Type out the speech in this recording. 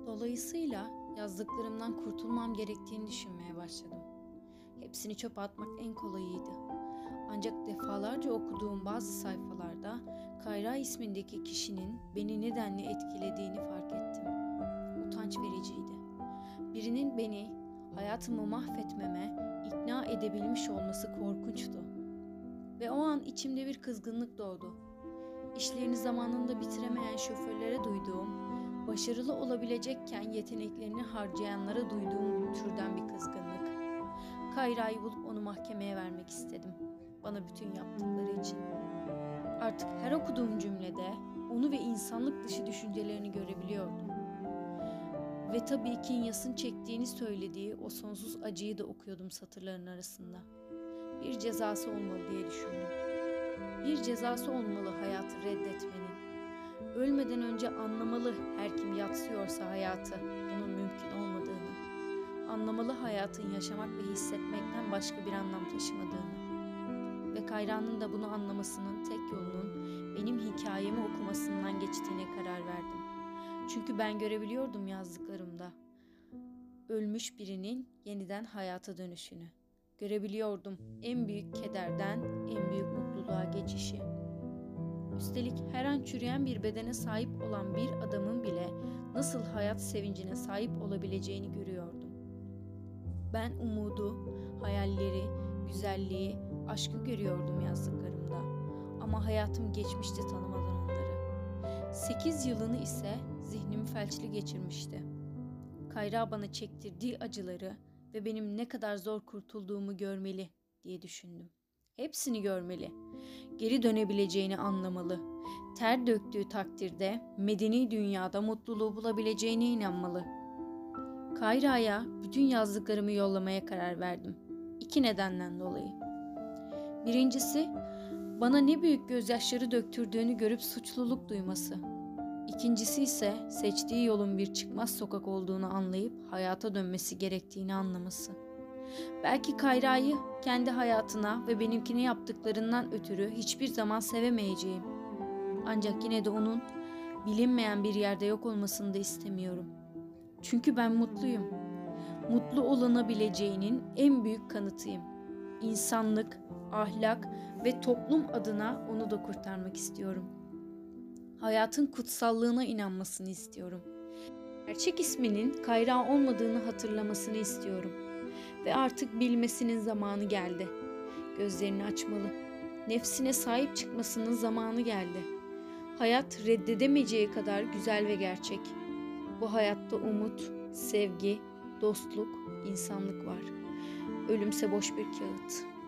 Dolayısıyla yazdıklarımdan kurtulmam gerektiğini düşünmeye başladım. Hepsini çöpe atmak en kolayıydı. Ancak defalarca okuduğum bazı sayfalarda Kayra ismindeki kişinin beni nedenle etkilediğini fark ettim. Utanç vericiydi. Birinin beni hayatımı mahvetmeme ikna edebilmiş olması korkunçtu. Ve o an içimde bir kızgınlık doğdu. İşlerini zamanında bitiremeyen şoförlere duyduğum, başarılı olabilecekken yeteneklerini harcayanlara duyduğum türden bir kızgınlık. Kayra'yı bulup onu mahkemeye vermek istedim. Bana bütün yaptıkları için. Artık her okuduğum cümlede onu ve insanlık dışı düşüncelerini görebiliyordum. Ve tabii ki Yas'ın çektiğini söylediği o sonsuz acıyı da okuyordum satırların arasında. Bir cezası olmalı diye düşündüm. Bir cezası olmalı hayatı reddetmenin. Ölmeden önce anlamalı her kim yatsıyorsa hayatı, bunun mümkün olmadığını. Anlamalı hayatın yaşamak ve hissetmekten başka bir anlam taşımadığını. Ve Kayra'nın da bunu anlamasının tek yolunun benim hikayemi okumasından geçtiğine karar verdim. Çünkü ben görebiliyordum yazdıklarımda. Ölmüş birinin yeniden hayata dönüşünü. Görebiliyordum en büyük kederden en büyük mutluluğa geçişi. Üstelik her an çürüyen bir bedene sahip olan bir adamın bile nasıl hayat sevincine sahip olabileceğini görüyordum. Ben umudu, hayalleri, güzelliği, aşkı görüyordum yazdıklarımda. Ama hayatım geçmişti tanımadan onları. 8 yılını ise zihnim felçli geçirmişti. Kayra bana çektirdiği acıları ve benim ne kadar zor kurtulduğumu görmeli diye düşündüm. Hepsini görmeli. Geri dönebileceğini anlamalı. Ter döktüğü takdirde medeni dünyada mutluluğu bulabileceğine inanmalı. Kayra'ya bütün yazdıklarımı yollamaya karar verdim. 2 nedenden dolayı. Birincisi, bana ne büyük gözyaşları döktürdüğünü görüp suçluluk duyması. İkincisi ise seçtiği yolun bir çıkmaz sokak olduğunu anlayıp hayata dönmesi gerektiğini anlaması. Belki Kayra'yı kendi hayatına ve benimkine yaptıklarından ötürü hiçbir zaman sevemeyeceğim. Ancak yine de onun bilinmeyen bir yerde yok olmasını da istemiyorum. Çünkü ben mutluyum. Mutlu olunabileceğinin en büyük kanıtıyım. İnsanlık, ahlak ve toplum adına onu da kurtarmak istiyorum. Hayatın kutsallığına inanmasını istiyorum. Gerçek isminin Kayra olmadığını hatırlamasını istiyorum. Ve artık bilmesinin zamanı geldi. Gözlerini açmalı. Nefsine sahip çıkmasının zamanı geldi. Hayat reddedemeyeceği kadar güzel ve gerçek. Bu hayatta umut, sevgi, dostluk, insanlık var. Ölümse boş bir kağıt.